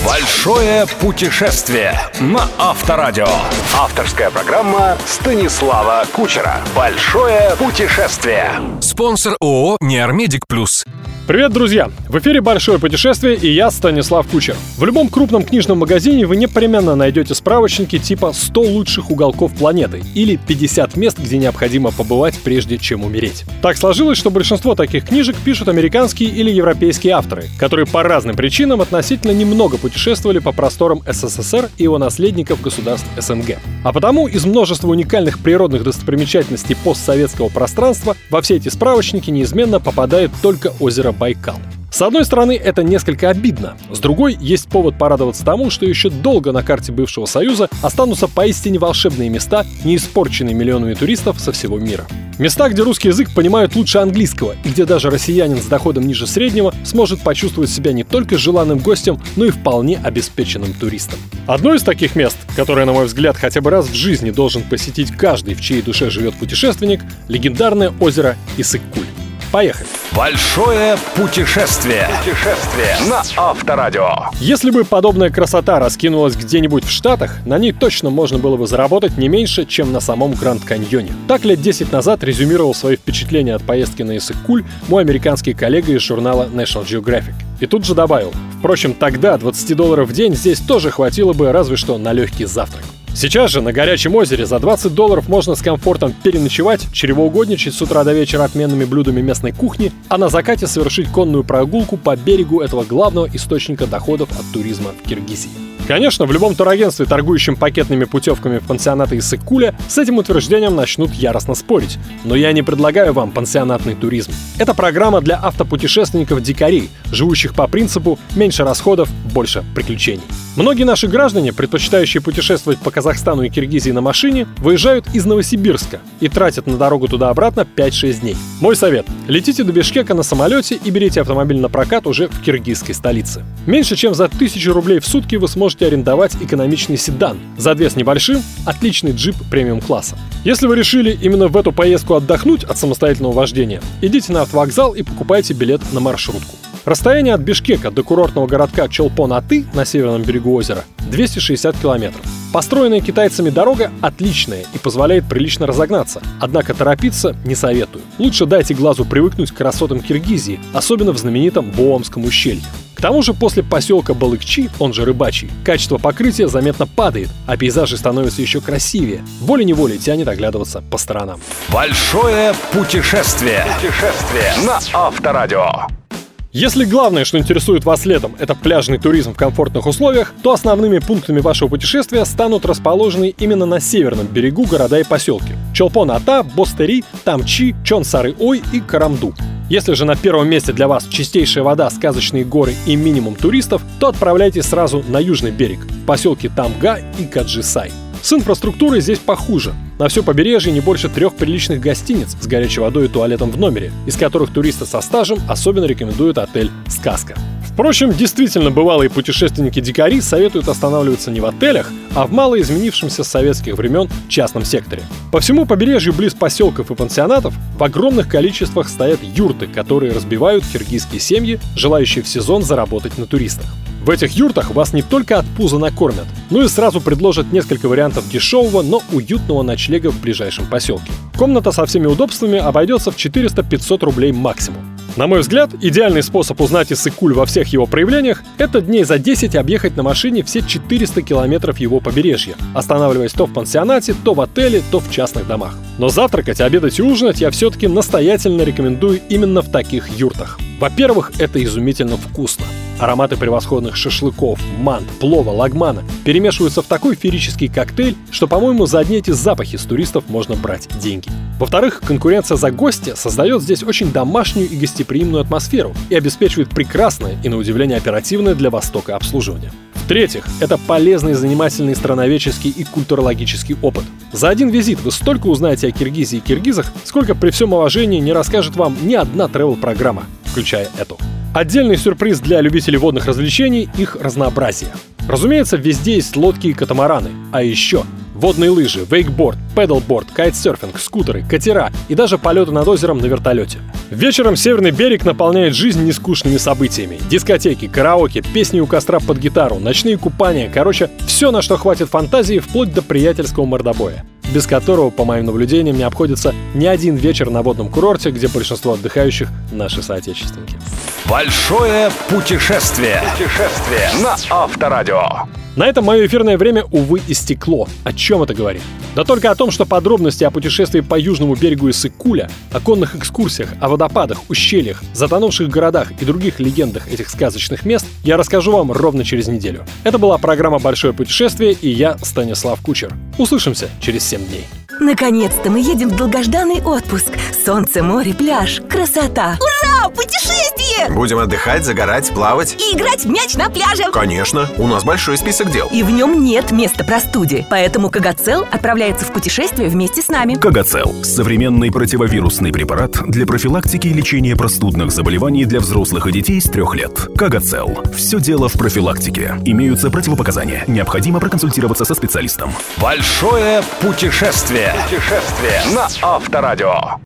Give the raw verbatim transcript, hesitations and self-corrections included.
Большое путешествие на Авторадио. Авторская программа Станислава Кучера. Большое путешествие. Спонсор ООО «Неармедик Плюс». Привет, друзья! В эфире «Большое путешествие» и я, Станислав Кучер. В любом крупном книжном магазине вы непременно найдете справочники типа сто лучших уголков планеты или пятьдесят мест, где необходимо побывать, прежде чем умереть. Так сложилось, что большинство таких книжек пишут американские или европейские авторы, которые по разным причинам относительно немного путешествовали по просторам СССР и его наследников государств СНГ. А потому из множества уникальных природных достопримечательностей постсоветского пространства во все эти справочники неизменно попадает только озеро Байкал. С одной стороны, это несколько обидно. С другой, есть повод порадоваться тому, что еще долго на карте бывшего Союза останутся поистине волшебные места, не испорченные миллионами туристов со всего мира. Места, где русский язык понимают лучше английского, и где даже россиянин с доходом ниже среднего сможет почувствовать себя не только желанным гостем, но и вполне обеспеченным туристом. Одно из таких мест, которое, на мой взгляд, хотя бы раз в жизни должен посетить каждый, в чьей душе живет путешественник, легендарное озеро Иссык-Куль. Поехали! Большое путешествие. Путешествие на Авторадио. Если бы подобная красота раскинулась где-нибудь в Штатах, на ней точно можно было бы заработать не меньше, чем на самом Гранд-Каньоне. Так лет десять назад резюмировал свои впечатления от поездки на Иссык-Куль мой американский коллега из журнала National Geographic. И тут же добавил: впрочем, тогда двадцать долларов в день здесь тоже хватило бы разве что на легкий завтрак. Сейчас же на горячем озере за двадцать долларов можно с комфортом переночевать, чревоугодничать с утра до вечера отменными блюдами местной кухни, а на закате совершить конную прогулку по берегу этого главного источника доходов от туризма в Киргизии. Конечно, в любом турагентстве, торгующем пакетными путевками в пансионаты Иссык-Куля, с этим утверждением начнут яростно спорить. Но я не предлагаю вам пансионатный туризм. Это программа для автопутешественников-дикарей, живущих по принципу «меньше расходов, больше приключений». Многие наши граждане, предпочитающие путешествовать по Казахстану и Киргизии на машине, выезжают из Новосибирска и тратят на дорогу туда-обратно пять-шесть дней. Мой совет – летите до Бишкека на самолете и берите автомобиль на прокат уже в киргизской столице. Меньше чем за тысячу рублей в сутки вы сможете арендовать экономичный седан, за две с небольшим – отличный джип премиум-класса. Если вы решили именно в эту поездку отдохнуть от самостоятельного вождения, идите на автовокзал и покупайте билет на маршрутку. Расстояние от Бишкека до курортного городка Чолпон-Аты на северном берегу озера двести шестьдесят километров. Построенная китайцами дорога отличная и позволяет прилично разогнаться, однако торопиться не советую. Лучше дайте глазу привыкнуть к красотам Киргизии, особенно в знаменитом Боомском ущелье. К тому же после поселка Балыкчи, он же Рыбачий, качество покрытия заметно падает, а пейзажи становятся еще красивее. Волей-неволей тянет оглядываться по сторонам. Большое путешествие. Путешествие на Авторадио. Если главное, что интересует вас летом, это пляжный туризм в комфортных условиях, то основными пунктами вашего путешествия станут расположенные именно на северном берегу города и поселки: Чолпон-Ата, Бостери, Тамчи, Чонсары-Ой и Карамду. Если же на первом месте для вас чистейшая вода, сказочные горы и минимум туристов, то отправляйтесь сразу на южный берег, в поселки Тамга и Каджисай. С инфраструктурой здесь похуже. На все побережье не больше трех приличных гостиниц с горячей водой и туалетом в номере, из которых туристы со стажем особенно рекомендуют отель «Сказка». Впрочем, действительно бывалые путешественники-дикари советуют останавливаться не в отелях, а в малоизменившемся с советских времен частном секторе. По всему побережью близ поселков и пансионатов в огромных количествах стоят юрты, которые разбивают киргизские семьи, желающие в сезон заработать на туристах. В этих юртах вас не только от пуза накормят, но и сразу предложат несколько вариантов дешевого, но уютного ночлега в ближайшем поселке. Комната со всеми удобствами обойдется в четыреста-пятьсот рублей максимум. На мой взгляд, идеальный способ узнать Иссык-Куль во всех его проявлениях – это дней за десять объехать на машине все четыреста километров его побережья, останавливаясь то в пансионате, то в отеле, то в частных домах. Но завтракать, обедать и ужинать я все-таки настоятельно рекомендую именно в таких юртах. Во-первых, это изумительно вкусно. Ароматы превосходных шашлыков, мант, плова, лагмана перемешиваются в такой феерический коктейль, что, по-моему, за одни эти запахи с туристов можно брать деньги. Во-вторых, конкуренция за гостя создает здесь очень домашнюю и гостеприимную атмосферу и обеспечивает прекрасное и, на удивление, оперативное для Востока обслуживание. В-третьих, это полезный, занимательный страноведческий и культурологический опыт. За один визит вы столько узнаете о Киргизии и киргизах, сколько при всем уважении не расскажет вам ни одна тревел-программа, включая эту. Отдельный сюрприз для любителей водных развлечений – их разнообразие. Разумеется, везде есть лодки и катамараны, а еще водные лыжи, вейкборд, пэдлборд, кайтсерфинг, скутеры, катера и даже полеты над озером на вертолете. Вечером Северный берег наполняет жизнь нескучными событиями. Дискотеки, караоке, песни у костра под гитару, ночные купания, короче, все, на что хватит фантазии, вплоть до приятельского мордобоя, без которого, по моим наблюдениям, не обходится ни один вечер на водном курорте, где большинство отдыхающих — наши соотечественники. Большое путешествие. Путешествие на Авторадио. На этом мое эфирное время, увы, истекло. О чем это говорит? Да только о том, что подробности о путешествии по южному берегу Иссык-Куля, о конных экскурсиях, о водопадах, ущельях, затонувших городах и других легендах этих сказочных мест я расскажу вам ровно через неделю. Это была программа «Большое путешествие», и я, Станислав Кучер. Услышимся через семь дней. Наконец-то мы едем в долгожданный отпуск. Солнце, море, пляж, красота. Ура! Путешествие! Будем отдыхать, загорать, плавать. И играть в мяч на пляже. Конечно, у нас большой список дел. И в нем нет места простуде. Поэтому Кагацел отправляется в путешествие вместе с нами. Кагацел – современный противовирусный препарат для профилактики и лечения простудных заболеваний для взрослых и детей с трех лет. Кагацел. Все дело в профилактике. Имеются противопоказания. Необходимо проконсультироваться со специалистом. Большое путешествие. Путешествие на Авторадио.